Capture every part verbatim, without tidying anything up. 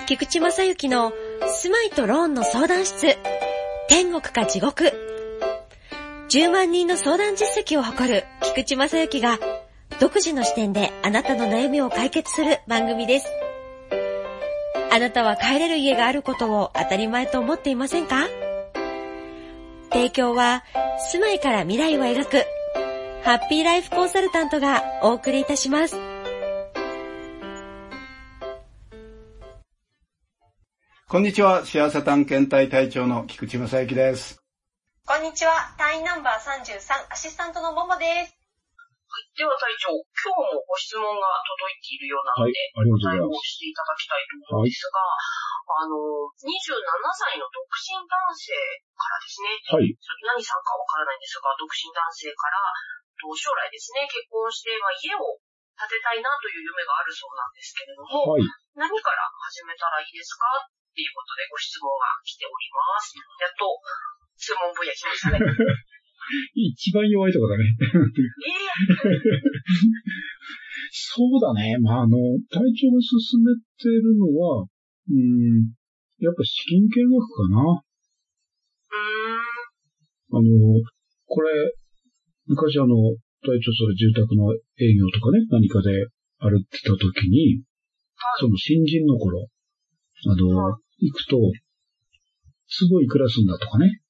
菊池正幸の住まいとローンの相談室。天国か地獄。じゅうまんにんの相談実績を誇る菊池正幸が独自の視点であなたの悩みを解決する番組です。あなたは帰れる家があることを当たり前と思っていませんか？提供は住まいから未来を描くハッピーライフコンサルタントがお送りいたします。 こんにちは、幸せ探検隊隊長の菊池正幸です。 こんにちは、隊員ナンバーさんじゅうさんアシスタントのももです。 はい、では隊長、今日もご質問が届いているようなので、 はい、ありがとうございます。 お答えをしていただきたいと思うんですが、はい、あの、にじゅうななさいの独身男性からですね、 はい、 何さんかわからないんですが、独身男性から、将来ですね、結婚して、まあ、家を建てたいなという夢があるそうなんですけれども、はい、何から始めたらいいですかということでご質問が来ております。やっと専門分野来ましたね。 一番弱いところだね。えー、そうだね。まあ、あの、隊長が進めてるのは、うーん、やっぱ資金計画かな。うーん。あの、これ、昔あの、隊長それ住宅の営業とかね、何かで歩ってた時に、その新人の頃、あの、行くと、坪いくらすんだとかね。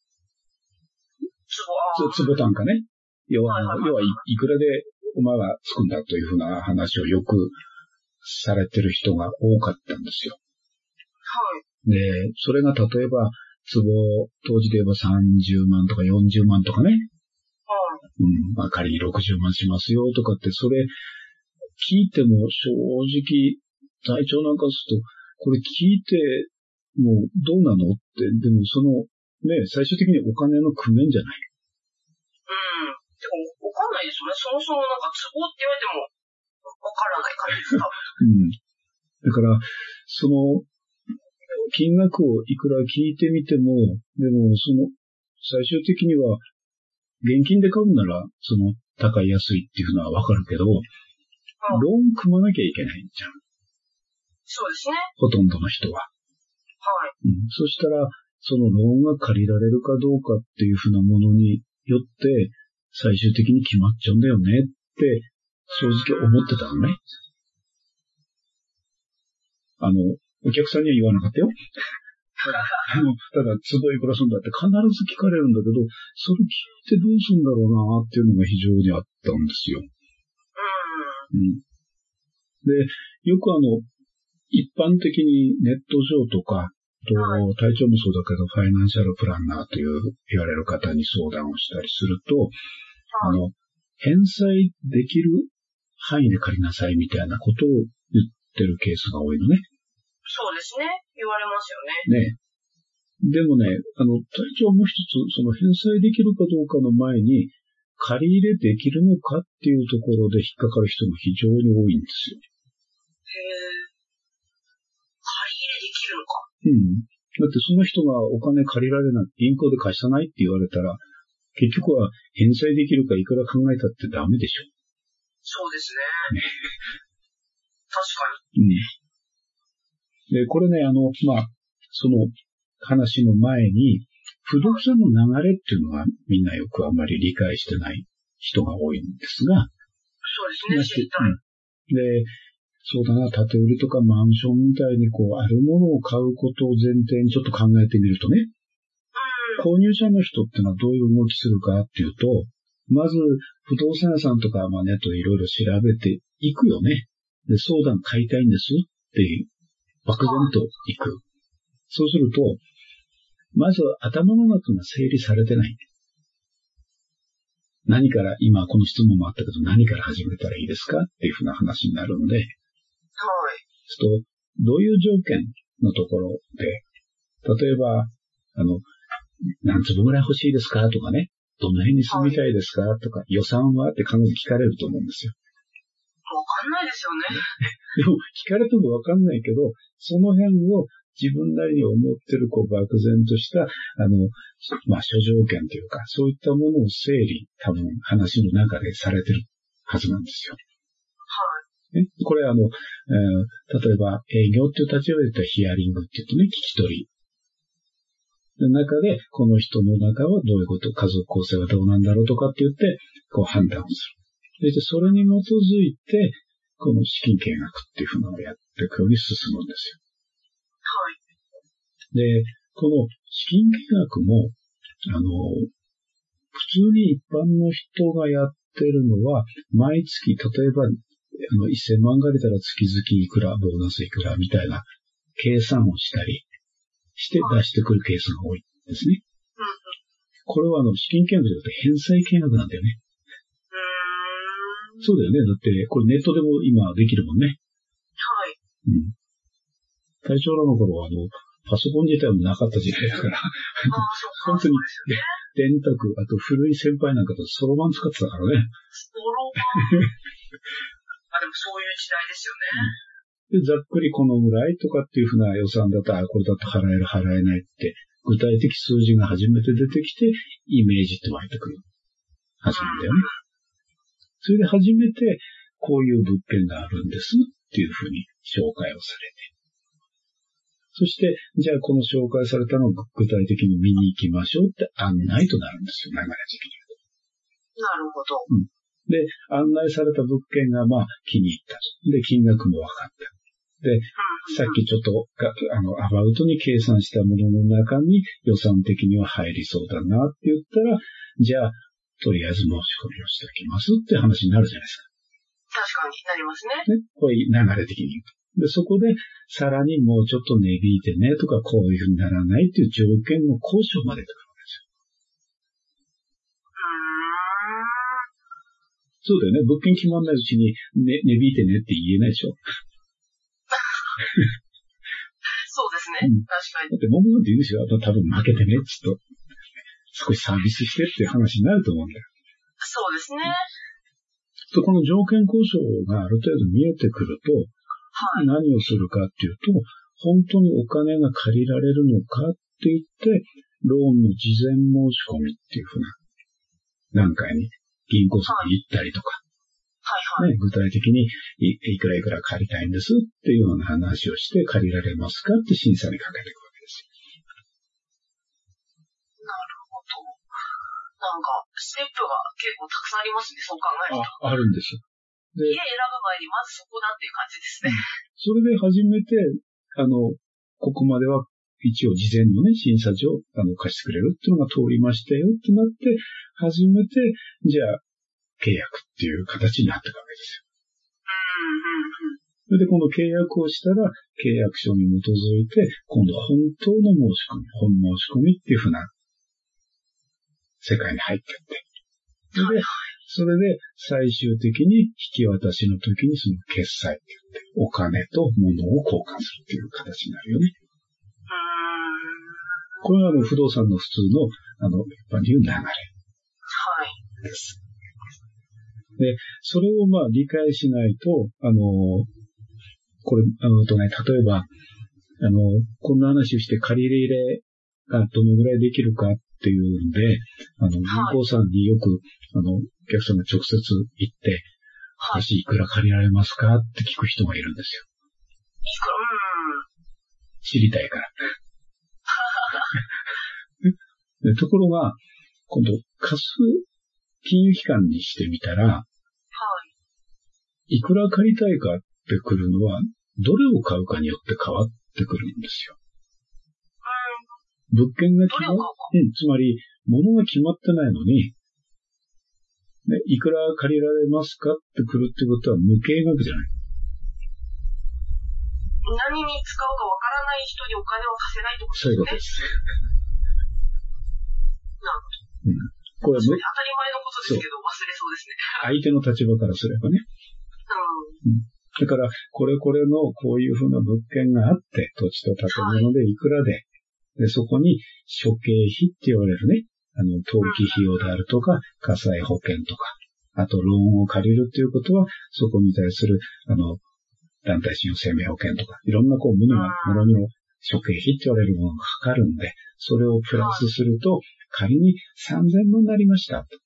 坪単価ね。要は、要はい、いくらでお前はつくんだというふうな話をよくされてる人が多かったんですよ。はい。で、それが例えば、坪、当時で言えばさんじゅうまんとかよんじゅうまんとかね。はい。うん、まあ仮にろくじゅうまんしますよとかって、それ聞いても正直、隊長なんかすると、これ聞いて、もうどうなのって、でもその、ね、最終的にお金の工面じゃない。 うん。でも、わかんないですよね。そもそもなんか、ツボって言われても、わからない感じです、多分。うん。 だから、その、金額をいくら聞いてみても、でも、その、最終的には、現金で買うなら、その、高い安いっていうのはわかるけど、うん、ローン組まなきゃいけないんじゃん。 そうですね。 ほとんどの人は。 はい。 うん。そしたら、そのローンが借りられるかどうかっていうふうなものによって、最終的に決まっちゃうんだよねって、正直思ってたのね。あの、お客さんには言わなかったよ。あの、ただ、坪いくらすんだって必ず聞かれるんだけど、それ聞いてどうするんだろうなっていうのが非常にあったんですよ。うん。で、よくあの、一般的にネット上とか、と隊長もそうだけど、ファイナンシャルプランナーという言われる方に相談をしたりすると、あの、返済できる範囲で借りなさいみたいなことを言ってるケースが多いのね。 そうですね。言われますよね。 ね。でもね、あの、隊長もう一つ、その返済できるかどうかの前に、借り入れできるのかっていうところで引っかかる人が非常に多いんですよ。 へー。借り入れできるのか。 うん。だってその人がお金借りられない、銀行で貸さないって言われたら、結局は返済できるかいくら考えたってダメでしょ。 そうですね。確かに。 うん。で、これね、あの、まあ、その話の前に、不動産の流れっていうのがみんなよくあんまり理解してない人が多いんですが。 そうですね、知りたい。 で、そうだな、建て売りとかマンションみたいにこう、あるものを買うことを前提にちょっと考えてみるとね、購入者の人ってのはどういう動きするかっていうと、まず不動産屋さんとか、まあネットでいろいろ調べていくよね。で、相談買いたいんですっていう、漠然といく。そうすると、まず頭の中が整理されてない。何から、今この質問もあったけど、何から始めたらいいですかっていうふうな話になるんで、はい。と、どういう条件のところで、例えば、あの、何坪ぐらい欲しいですかとかね、どの辺に住みたいですかとか、予算はって必ず聞かれると思うんですよ。 わかんないですよね。 でも、聞かれてもわかんないけど、その辺を自分なりに思ってる、こう、漠然とした、あの、まあ、諸条件というか、そういったものを整理、多分話の中でされてるはずなんですよ。 はい。 ね、これあの、えー、例えば営業っていう立場で言ったらヒアリングって言うとね、聞き取り。中で、この人の中はどういうこと、家族構成はどうなんだろうとかって言って、こう判断をする。そしてそれに基づいて、この資金計画っていうふうなのをやっていくように進むんですよ。 はい。 で、この資金計画も、あの、普通に一般の人がやってるのは、毎月、例えば、あの、せんまん借りたら月々いくら、ボーナスいくらみたいな計算をしたりして出してくるケースが多いですね。 うん、 これはあの、資金計画で言うと返済計画なんだよね。 うーん。 そうだよね。だって、これネットでも今できるもんね。 はい。 うん。隊長らの頃はあの、パソコン自体もなかった時代だから。ああ、そうか。 本当に、 そうですよね。 電卓、あと古い先輩なんかとそろばん使ってたからね。 そろばん。あ、でもそういう時代ですよで、 ね。 ざっくりこのぐらいとかっていうふうな予算だと、あ、これだと払える払えないって、具体的数字が初めて出てきて、イメージって湧いてくるはずなんだよね。それで初めて、こういう物件があるんですっていうふうに紹介をされて。そして、じゃあこの紹介されたのを具体的に見に行きましょうって案内となるんですよ、流れ的に言うと。 なるほど。 うん。で、案内された物件がまあ気に入った。で、金額も分かった。で、さっきちょっと、あの、アバウトに計算したものの中に予算的には入りそうだなって言ったら、じゃあ、とりあえず申し込みをしておきますって話になるじゃないですか。 確かになりますね。 ね。こういう流れ的に言うと。で、そこで、さらにもうちょっと値引いてねとか、こういうふうにならないっていう条件の交渉まで出てくるわけですよ。うーん。そうだよね。物件決まんないうちに、ね、値引いてねって言えないでしょ。 そうですね。うん、確かに。 だって、ももなんて言うんですよ。多分負けてねっつっと。少しサービスしてっていう話になると思うんだよ。 そうですね。 と、この条件交渉がある程度見えてくると、はい、何をするかっていうと、本当にお金が借りられるのかって言って、ローンの事前申し込みっていうふうな段階に銀行さんに行ったりとか、 はいはいはい、 ね、具体的に い, いくらいくら借りたいんですっていうような話をして借りられますかって審査にかけていくわけですよ。なるほど。なんか、ステップが結構たくさんありますね、そう考えると。 あ、あるんですよ。 で、家選ぶ前にまずそこだっていう感じですね。 それで初めて、あの、ここまでは一応事前のね、審査上、あの、貸してくれるっていうのが通りましたよってなって、初めて、じゃあ、契約っていう形になっていくわけですよ。 うんうんうん。 それで、この契約をしたら、契約書に基づいて、今度は本当の申し込み、本申し込みっていうふうな世界に入っていって。それで、それで最終的に引き渡しの時にその決済って言って、お金と物を交換するっていう形になるよね。これはあの不動産の普通の、あの、一般に言う流れ。はい。です。で、それをまあ理解しないと、あの、これ、あのとね、例えば、あの、こんな話をして借り入れがどのぐらいできるかっていうんで、あの、銀行さんによく、あの、お客さんが直接行って、はい、私いくら借りられますかって聞く人がいるんですよ。 いくら、うん。 知りたいから。でところが、今度、貸す金融機関にしてみたら、はい。いくら借りたいかってくるのは、どれを買うかによって変わってくるんですよ。うん。物件が決まっ、うん、つまり、物が決まってないのに、ね、いくら借りられますかってくるってことは無形額じゃない。 何に使うかわからない人にお金を貸せないってことですね。 そういうことです。 なるほど。うん。これ当たり前のことですけど忘れそうですね。 相手の立場からすればね。うん。うん、だから、これこれのこういうふうな物件があって、土地と建物でいくらで、はい、でそこに諸経費って言われるね、あの、登記費用であるとか、火災保険とか、あとローンを借りるっていうことは、そこに対する、あの、団体信用生命保険とか、いろんなこう、ものが、もろもろ、諸経費って言われるものがかかるんで、それをプラスすると、仮にさんぜんまんになりましたと。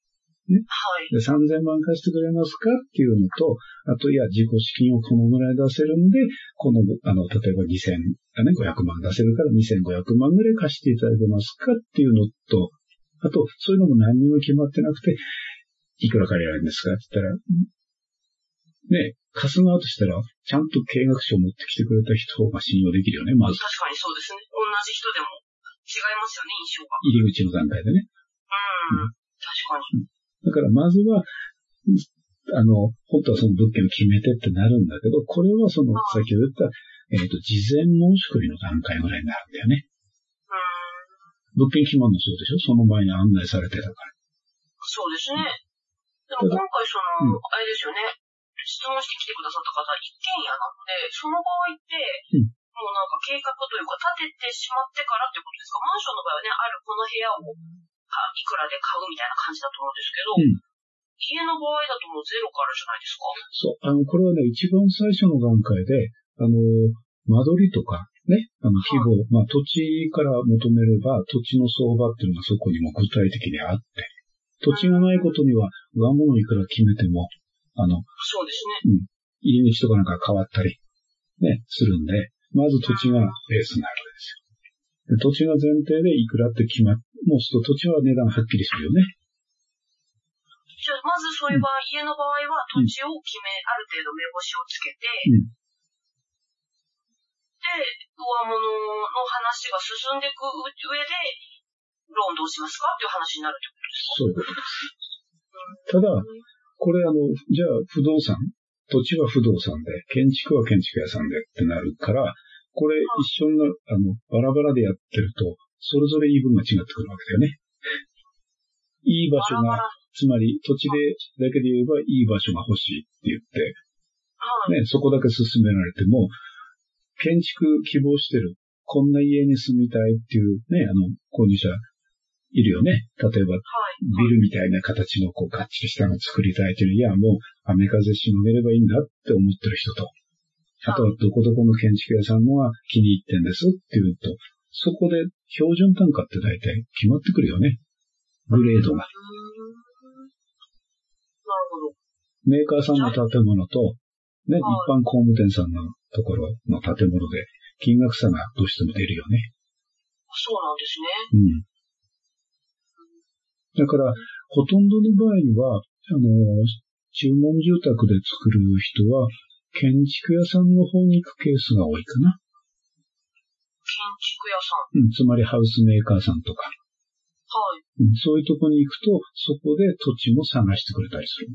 ね。 はい。 で、さんぜんまん貸してくれますかっていうのと、あと、いや、自己資金をこのぐらい出せるんで、この、あの、例えばにせん、ね、ごひゃくまん出せるからにせんごひゃくまんぐらい貸していただけますかっていうのと、あと、そういうのも何にも決まってなくて、いくら借りられるんですかって言ったら、ね、貸す側としたら、ちゃんと計画書を持ってきてくれた人が信用できるよね、まず。 確かにそうですね。同じ人でも違いますよね、印象が。 入り口の段階でね。 うん、うん、確かに。 だからまずは、あの、本当はその物件を決めてってなるんだけど、これはその、先ほど言った、えっと、事前申し込みの段階ぐらいになるんだよね。 うん。 物件決まるのそうでしょ？その前に案内されてたから。 そうですね。でも今回その、うん、あれですよね。質問してきてくださった方、一軒家なので、その場合って、うん、もうなんか計画というか立ててしまってからってことですか？マンションの場合はね、あるこの部屋をいくらで買うみたいな感じだと思うんですけど、うん家の場合だともうゼロからじゃないですか？ そう。あの、これはね、一番最初の段階で、あの、間取りとか、ね、あの、規模、はい、まあ、土地から求めれば、土地の相場っていうのがそこにも具体的にあって、土地がないことには、上物いくら決めても、あの、 そうですね。 うん。入り口とかなんか変わったり、ね、するんで、まず土地がベースになるわけですよ。で土地が前提でいくらって決まっ、もうすると土地は値段はっきりするよね。 じゃあ、まずそういう場合、うん、家の場合は土地を決め、うん、ある程度目星をつけて、うん、で、上物の話が進んでいく上で、ローンどうしますかっていう話になるってことですか？ そういうことです。ただ、これあの、じゃあ不動産、土地は不動産で、建築は建築屋さんでってなるから、これ一緒になる、あの、バラバラでやってると、それぞれ言い分が違ってくるわけだよね。いい場所が、つまり土地でだけで言えばいい場所が欲しいって言って、ね、そこだけ進められても、建築希望してる、こんな家に住みたいっていうね、あの、購入者いるよね。例えば、ビルみたいな形のこう、がっちりしたのを作りたいっていうの、いや、もう雨風しのげればいいんだって思ってる人と、あとはどこどこの建築屋さんのが気に入ってんですっていうと、そこで標準単価って大体決まってくるよね。グレードが。メーカーさんの建物と、ね、一般工務店さんのところの建物で、金額差がどうしても出るよね。 そうなんですね。 うん。だから、ほとんどの場合には、あの、注文住宅で作る人は、建築屋さんの方に行くケースが多いかな。 建築屋さん？うん、つまりハウスメーカーさんとか。 はい。 うん、そういうとこに行くと、そこで土地も探してくれたりする。 へ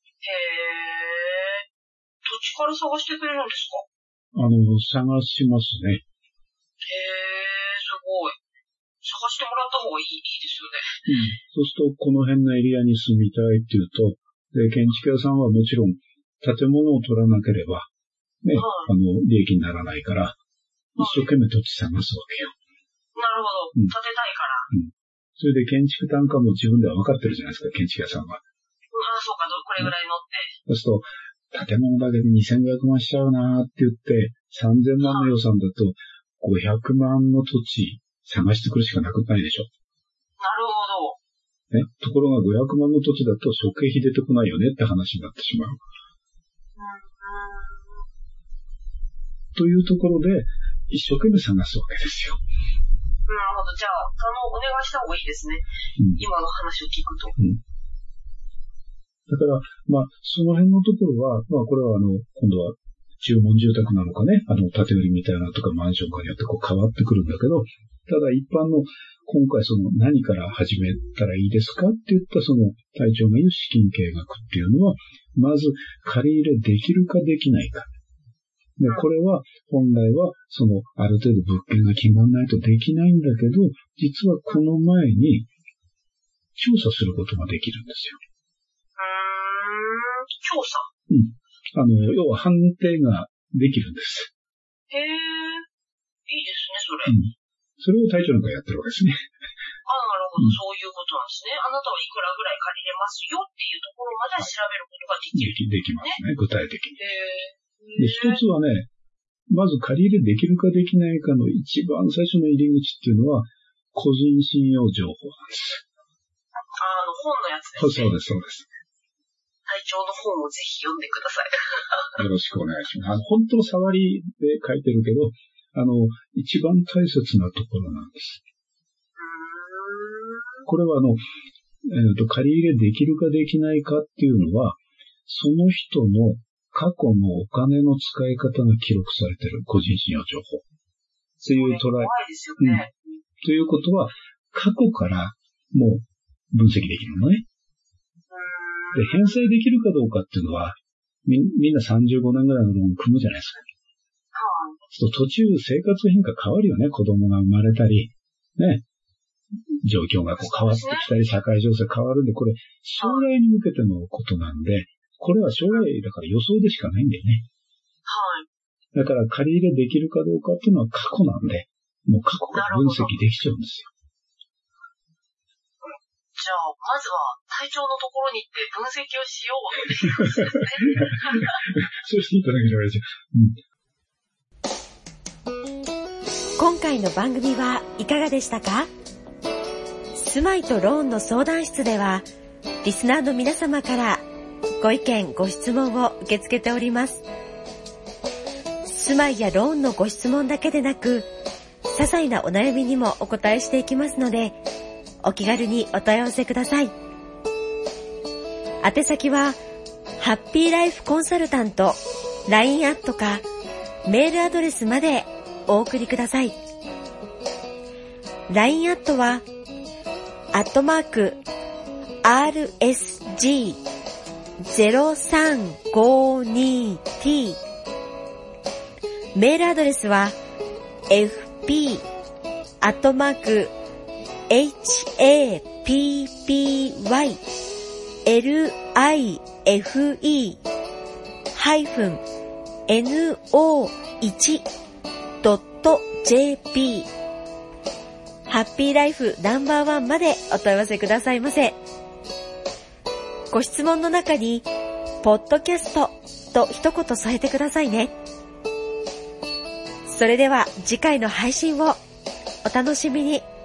ー。土地から探してくれるんですか？あの、探しますね。 へー、すごい。探してもらった方がいい、いいですよね。 うん。そうすると、この辺のエリアに住みたいっていうと、で、建築屋さんはもちろん、建物を取らなければ、ね、はい、あの、利益にならないから、一生懸命土地探すわけよ。 なるほど。うん、建てたいから。 うん。それで建築単価も自分では分かってるじゃないですか、建築屋さんは。 ああ、そうか、これぐらいのって。 そうすると、建物だけでにせんごひゃくまんしちゃうなーって言って、さんぜんまんの予算だと、ごひゃくまんの土地探してくるしかなくないでしょ。 なるほど。ね、ところがごひゃくまんの土地だと諸経費出てこないよねって話になってしまう。というところで、一生懸命探すわけですよ。 なるほど。じゃあ、あの、お願いした方がいいですね。うん、今の話を聞くと。うん、 だから、まあ、その辺のところは、まあ、これはあの、今度は注文住宅なのかね、あの、建て売りみたいなとかマンションかによってこう変わってくるんだけど、ただ一般の、今回その何から始めたらいいですかって言ったその隊長が言う資金計画っていうのは、まず借り入れできるかできないか。で、これは本来はそのある程度物件が決まんないとできないんだけど、実はこの前に調査することができるんですよ。 うーん、調査？ うん。あの、要は判定ができるんです。 へー、いいですね、それ。うん。 それを隊長なんかやってるわけですね。 ああ、なるほど、うん、そういうことなんですね。あなたはいくらぐらい借りれますよっていうところまで調べることができる、 ね。でき、できますね、具体的に。 へー。 で、一つはね、まず借り入れできるかできないかの一番最初の入り口っていうのは、個人信用情報なんです。 あの、本のやつですね。 そうです、そうです。 体調の本をぜひ読んでください。 よろしくお願いします。あの、本当の触りで書いてるけど、あの、一番大切なところなんです。 うーん。 これはあの、えっと、借り入れできるかできないかっていうのは、その人の過去のお金の使い方が記録されている個人信用情報。っていう捉え。 怖いですよね、 うん。ということは、過去からもう分析できるのね。で、返済できるかどうかっていうのは、み、みんなさんじゅうごねんぐらいのローン組むじゃないですか。 はい。 そう途中生活変化変わるよね。子供が生まれたり、ね。状況がこう変わってきたり、社会情勢変わるんで、これ、将来に向けてのことなんで、これは将来だから予想でしかないんだよね。 はい。 だから借り入れできるかどうかっていうのは過去なんで、もう過去から分析できちゃうんですよ。 じゃあ、まずは体調のところに行って分析をしようっていうことですね。 そうしていただければいいですよ。うん、 今回の番組はいかがでしたか？住まいとローンの相談室では、リスナーの皆様からご意見、ご質問を受け付けております。住まいやローンのご質問だけでなく、些細なお悩みにもお答えしていきますので、お気軽にお問い合わせください。宛先は、ハッピーライフコンサルタント ライン アットかメールアドレスまでお送りください。ライン アットは、アットマーク、アールエスジーゼロさんごにティー メールアドレスは エフピー アットマーク エイチエーピーピーワイ エルアイエフイー ハイフン エヌオーワン ドット ジェーピー ハッピーライフナンバーワンまでお問い合わせくださいませ。ご質問の中にポッドキャストと一言添えてくださいね。それでは次回の配信をお楽しみに。